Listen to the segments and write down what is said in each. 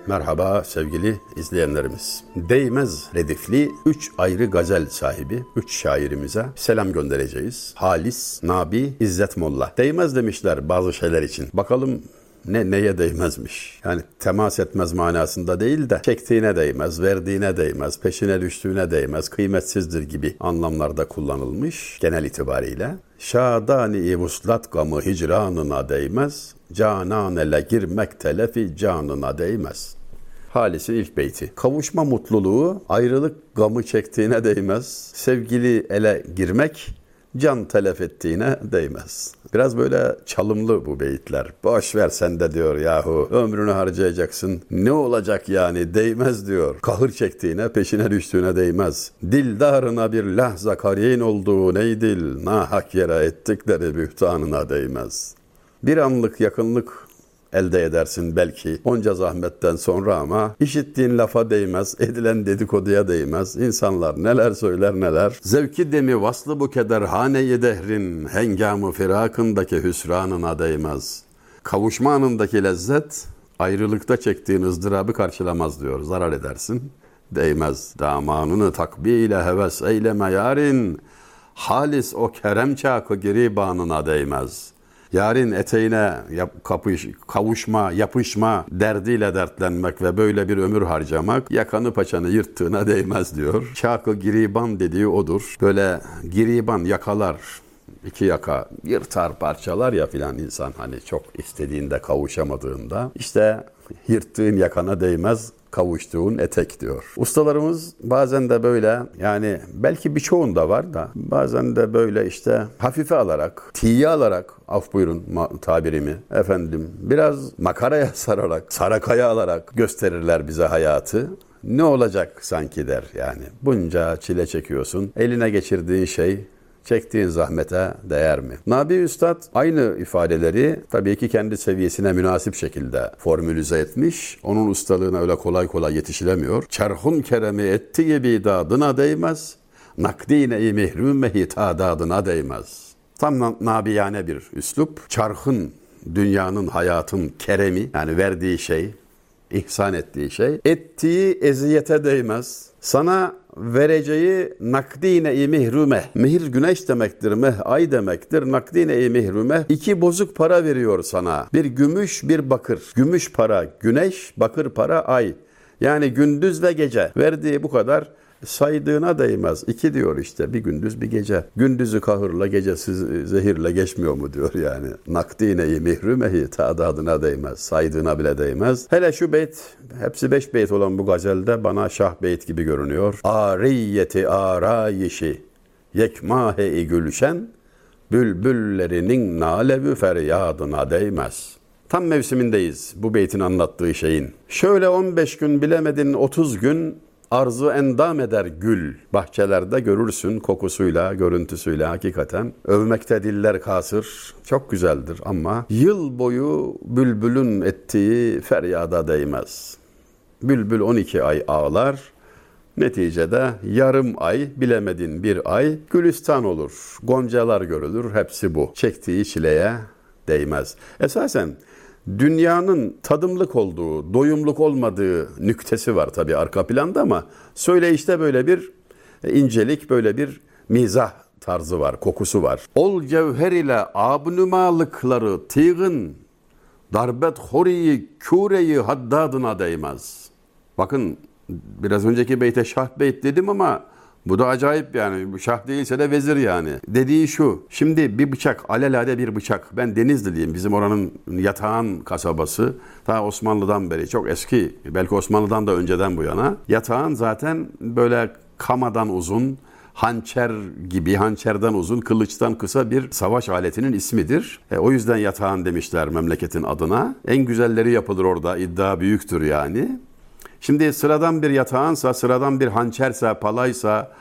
Merhaba sevgili izleyenlerimiz. Değmez redifli 3 ayrı gazel sahibi 3 şairimize selam göndereceğiz. Halis, Nabi, İzzet Molla. Değmez demişler bazı şeyler için. Bakalım neye değmezmiş? Yani temas etmez manasında değil de çektiğine değmez, verdiğine değmez, peşine düştüğüne değmez, kıymetsizdir gibi anlamlarda kullanılmış genel itibariyle. Şadani vuslat gamı hicranına değmez, cananele girmek telefi canına değmez. Halis'in ilk beyti. Kavuşma mutluluğu ayrılık gamı çektiğine değmez, sevgili ele girmek can telef ettiğine değmez. Biraz böyle çalımlı bu beyitler. Boş ver sen de diyor yahu. Ömrünü harcayacaksın. Ne olacak yani değmez diyor. Kahır çektiğine peşine düştüğüne değmez. Dildarına bir lahza karin olduğu neydil. Nahak yere ettikleri bühtanına değmez. Bir anlık yakınlık elde edersin belki onca zahmetten sonra ama işittiğin lafa değmez, edilen dedikoduya değmez. İnsanlar neler söyler neler. Zevki demi vaslı bu keder hane-i dehrin hengamı firakındaki hüsranına değmez. Kavuşma anındaki lezzet ayrılıkta çektiğin ızdırabı karşılamaz diyor. Zarar edersin. Değmez. Damanını takbiyle heves eyleme yarin. Halis o kerem çakı giribanına değmez. Yarın eteğine kavuşma, yapışma derdiyle dertlenmek ve böyle bir ömür harcamak yakanı paçanı yırttığına değmez diyor. Çakı giriban dediği odur. Böyle giriban yakalar, iki yaka yırtar parçalar ya filan insan hani çok istediğinde kavuşamadığında. İşte yırttığın yakana değmez, kavuştuğun etek diyor. Ustalarımız bazen de böyle yani belki birçoğunda var da bazen de böyle işte hafife alarak, tiye alarak af buyurun tabirimi efendim biraz makaraya sararak, sarakaya alarak gösterirler bize hayatı. Ne olacak sanki der yani. Bunca çile çekiyorsun. Eline geçirdiğin şey çektiğin zahmete değer mi? Nabi Üstad aynı ifadeleri tabii ki kendi seviyesine münasip şekilde formülize etmiş. Onun ustalığına öyle kolay kolay yetişilemiyor. Çarhun keremi ettiği bidadına değmez. Nakdine-i mihrumehi tadadına değmez. Tam nabiyane bir üslup. Çarhın, dünyanın, hayatın keremi yani verdiği şey, ihsan ettiği şey, ettiği eziyete değmez. Sana vereceği nakdine-i mihrume. Mihir güneş demektir, meh ay demektir. Nakdine-i mihrume. 2 bozuk para veriyor sana. Bir gümüş, bir bakır. Gümüş para güneş, bakır para ay. Yani gündüz ve gece. Verdiği bu kadar saydığına değmez. 2 diyor işte bir gündüz bir gece. Gündüzü kahırla gecesi zehirle geçmiyor mu diyor yani. Nakdine-i mihrumehi tadadına değmez. Saydığına bile değmez. Hele şu beyt hepsi 5 beyt olan bu gazelde bana şah beyt gibi görünüyor. Ariyeti arayişi yekmahe-i gülşen bülbüllerinin nalevü feryadına değmez. Tam mevsimindeyiz bu beytin anlattığı şeyin. Şöyle 15 gün bilemedin 30 gün arzu endam eder gül. Bahçelerde görürsün kokusuyla, görüntüsüyle hakikaten. Övmekte diller kasır. Çok güzeldir ama yıl boyu bülbülün ettiği feryada değmez. Bülbül 12 ay ağlar. Neticede yarım ay, bilemedin bir ay gülistan olur. Goncalar görülür. Hepsi bu. Çektiği çileye değmez. Esasen dünyanın tadımlık olduğu, doyumluk olmadığı nüktesi var tabii arka planda ama söyleyişte böyle bir incelik, böyle bir mizah tarzı var, kokusu var. Ol cevher ile abnümalıkları tığın, darbet horiyi küreyi haddadına değmez. Bakın biraz önceki beyte şah beyt dedim ama bu da acayip yani. Şah değilse de vezir yani. Dediği şu. Şimdi bir bıçak, alelade bir bıçak. Ben Denizliliyim. Bizim oranın Yatağan kasabası. Ta Osmanlı'dan beri. Çok eski. Belki Osmanlı'dan da önceden bu yana. Yatağan zaten böyle kamadan uzun, hançer gibi, hançerden uzun, kılıçtan kısa bir savaş aletinin ismidir. O yüzden Yatağan demişler memleketin adına. En güzelleri yapılır orada. İddia büyüktür yani. Şimdi sıradan bir yatağınsa, sıradan bir hançerse, palaysa,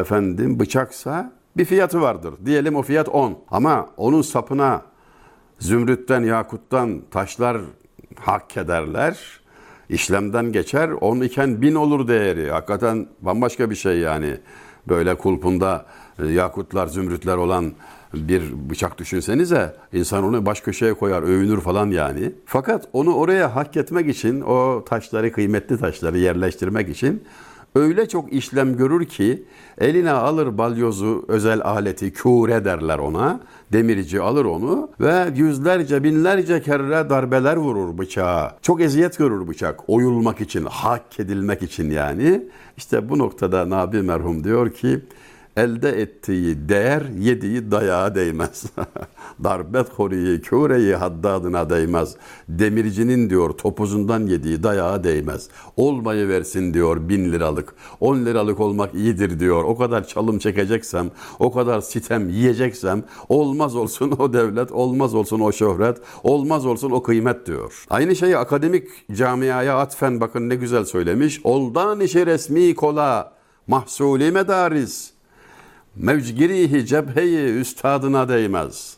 bıçaksa bir fiyatı vardır. Diyelim o fiyat 10. Ama onun sapına zümrütten, yakuttan taşlar hak ederler. İşlemden geçer. 10 iken 1000 olur değeri. Hakikaten bambaşka bir şey yani. Böyle kulpunda yakutlar, zümrütler olan bir bıçak düşünsenize, insan onu baş köşeye koyar, övünür falan yani. Fakat onu oraya hak etmek için, o taşları, kıymetli taşları yerleştirmek için öyle çok işlem görür ki eline alır balyozu, özel aleti, kûre derler ona. Demirci alır onu ve yüzlerce, binlerce kere darbeler vurur bıçağa. Çok eziyet görür bıçak, oyulmak için, hak edilmek için yani. İşte bu noktada Nabi merhum diyor ki, elde ettiği değer yediği dayağa değmez. Darbet horiyi, küreyi haddadına değmez. Demircinin diyor topuzundan yediği dayağa değmez. Olmayı versin diyor 1000 liralık. 10 liralık olmak iyidir diyor. O kadar çalım çekeceksem, o kadar sitem yiyeceksem olmaz olsun o devlet, olmaz olsun o şöhret, olmaz olsun o kıymet diyor. Aynı şeyi akademik camiaya atfen bakın ne güzel söylemiş. Oldan işi resmi kola, mahsulü medaris. Mevcgirihi cebheyi üstadına değmez.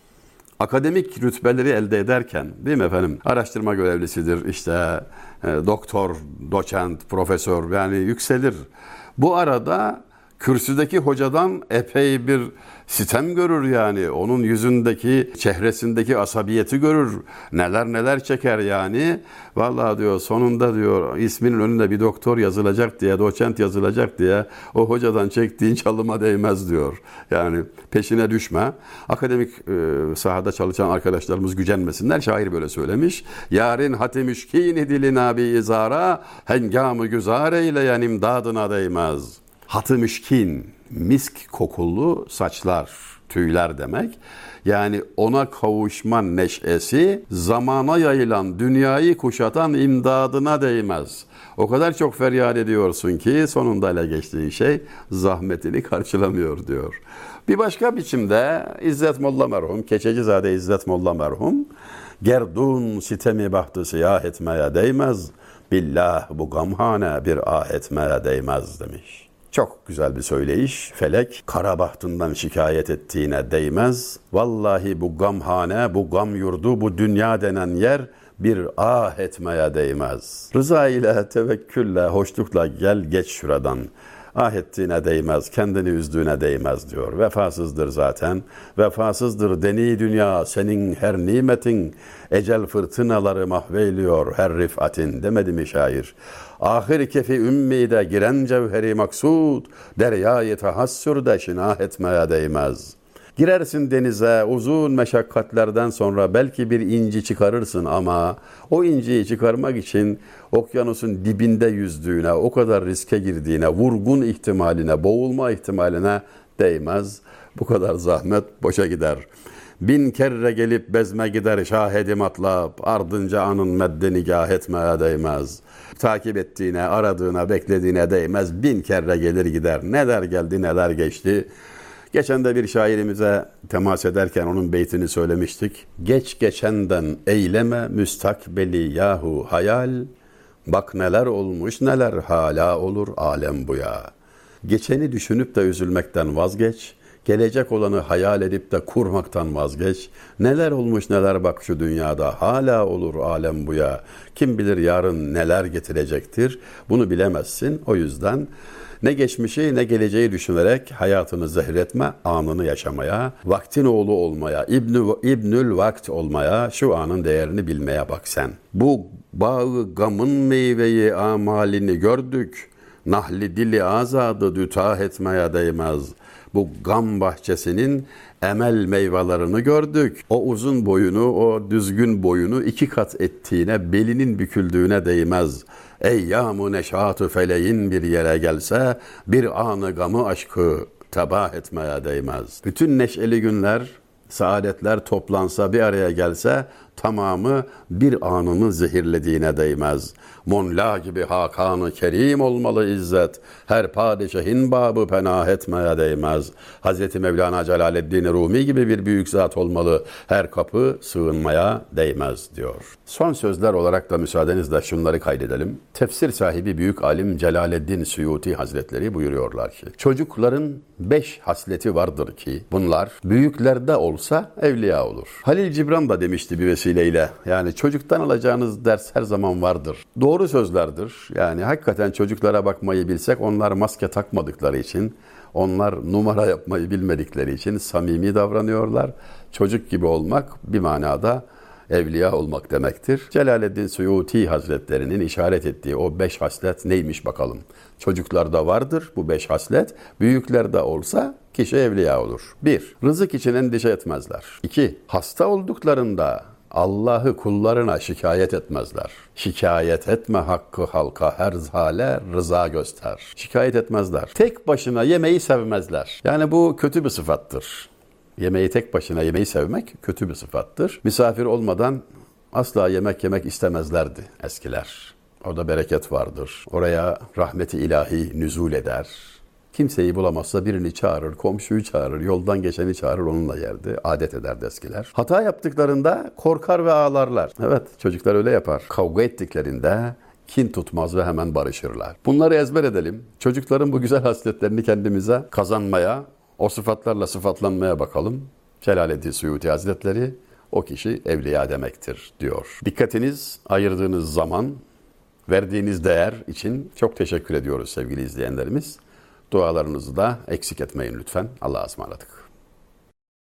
Akademik rütbeleri elde ederken, değil mi efendim? Araştırma görevlisidir, işte doktor, doçent, profesör yani yükselir. Bu arada kürsüdeki hocadan epey bir sitem görür yani. Onun yüzündeki, çehresindeki asabiyeti görür. Neler neler çeker yani. Vallahi diyor sonunda diyor isminin önünde bir doktor yazılacak diye, doçent yazılacak diye o hocadan çektiğin çalıma değmez diyor. Yani peşine düşme. Akademik sahada çalışan arkadaşlarımız gücenmesinler. Şair böyle söylemiş. Yarın hati müşkini dili nabi izara hengamı güzar eyleyen imdadına değmez. Hatı müşkin, misk kokulu saçlar, tüyler demek. Yani ona kavuşma neşesi zamana yayılan, dünyayı kuşatan imdadına değmez. O kadar çok feryat ediyorsun ki sonunda ele geçtiğin şey zahmetini karşılamıyor diyor. Bir başka biçimde İzzet Molla merhum, Keçecizade İzzet Molla merhum, gerdun sitemi bahtı siyah etmeye değmez, billah bu gamhane bir ah etmeye değmez demiş. Çok güzel bir söyleyiş. Felek kara bahtından şikayet ettiğine değmez. Vallahi bu gamhane, bu gam yurdu, bu dünya denen yer bir ah etmeye değmez. Rıza ile, tevekkülle, hoşlukla gel geç şuradan. Ah ettiğine değmez, kendini üzdüğüne değmez diyor. Vefasızdır zaten. Vefasızdır deni dünya senin her nimetin. Ecel fırtınaları mahveyliyor her rifatin demedi mi şair? Ahir kefi ümmide giren cevheri maksud, deryayı tahassürde şinah etmeye değmez. Girersin denize uzun meşakkatlerden sonra belki bir inci çıkarırsın ama o inciyi çıkarmak için okyanusun dibinde yüzdüğüne, o kadar riske girdiğine, vurgun ihtimaline, boğulma ihtimaline değmez. Bu kadar zahmet boşa gider. 1000 kere gelip bezme gider şahedim atlap, ardınca anın medde nigah etmeye değmez. Takip ettiğine, aradığına, beklediğine değmez. 1000 kere gelir gider. Neler geldi, neler geçti. Geçen de bir şairimize temas ederken onun beytini söylemiştik. Geç geçenden eyleme müstakbeli yahu hayal. Bak neler olmuş, neler hala olur alem bu ya. Geçeni düşünüp de üzülmekten vazgeç. Gelecek olanı hayal edip de kurmaktan vazgeç. Neler olmuş neler bak şu dünyada hala olur alem bu ya. Kim bilir yarın neler getirecektir. Bunu bilemezsin. O yüzden ne geçmişi ne geleceği düşünerek hayatını zehretme, anını yaşamaya, vaktin oğlu olmaya, İbnül vakt olmaya, şu anın değerini bilmeye bak sen. Bu bağı gamın meyveyi amalini gördük. Nahli dili azadı dütah etmeye değmez. Bu gam bahçesinin emel meyvelerini gördük. O uzun boyunu, o düzgün boyunu 2 kat ettiğine, belinin büküldüğüne değmez. Eyyam-ı neşat-ı feleğin bir yere gelse, bir anı gamı aşkı tebah etmeye değmez. Bütün neşeli günler, saadetler toplansa, bir araya gelse, tamamı bir anını zehirlediğine değmez. Monla gibi Hakan-ı Kerim olmalı izzet, her padişahın babı penah etmeye değmez. Hazreti Mevlana Celaleddin Rumi gibi bir büyük zat olmalı, her kapı sığınmaya değmez diyor. Son sözler olarak da müsaadenizle şunları kaydedelim. Tefsir sahibi büyük alim Celaleddin Suyuti Hazretleri buyuruyorlar ki, çocukların 5 hasleti vardır ki bunlar büyüklerde olsa evliya olur. Halil Cibran da demişti bir vesileyle, yani çocuktan alacağınız ders her zaman vardır. Doğru sözlerdir. Yani hakikaten çocuklara bakmayı bilsek, onlar maske takmadıkları için, Onlar numara yapmayı bilmedikleri için samimi davranıyorlar. Çocuk gibi olmak bir manada evliya olmak demektir. Celaleddin Suyuti Hazretlerinin işaret ettiği o 5 haslet neymiş bakalım. Çocuklarda vardır bu 5 haslet. Büyüklerde olsa kişi evliya olur. 1. Rızık için endişe etmezler. 2. Hasta olduklarında Allah'ı kullarına şikayet etmezler. Şikayet etme hakkı halka her hale rıza göster. Şikayet etmezler. Tek başına yemeği sevmezler. Yani bu kötü bir sıfattır. Yemeği tek başına yemeği sevmek kötü bir sıfattır. Misafir olmadan asla yemek yemek istemezlerdi eskiler. Orada bereket vardır. Oraya rahmeti ilahi nüzul eder. Kimseyi bulamazsa birini çağırır, komşuyu çağırır, yoldan geçeni çağırır, onunla yerdi. Adet ederdi eskiler. Hata yaptıklarında korkar ve ağlarlar. Evet, çocuklar öyle yapar. Kavga ettiklerinde kin tutmaz ve hemen barışırlar. Bunları ezber edelim. Çocukların bu güzel hasletlerini kendimize kazanmaya, o sıfatlarla sıfatlanmaya bakalım. Celaleddin Suyuti Hazretleri, o kişi evliya demektir diyor. Dikkatiniz, ayırdığınız zaman, verdiğiniz değer için çok teşekkür ediyoruz sevgili izleyenlerimiz. Dualarınızı da eksik etmeyin lütfen. Allah'a ısmarladık.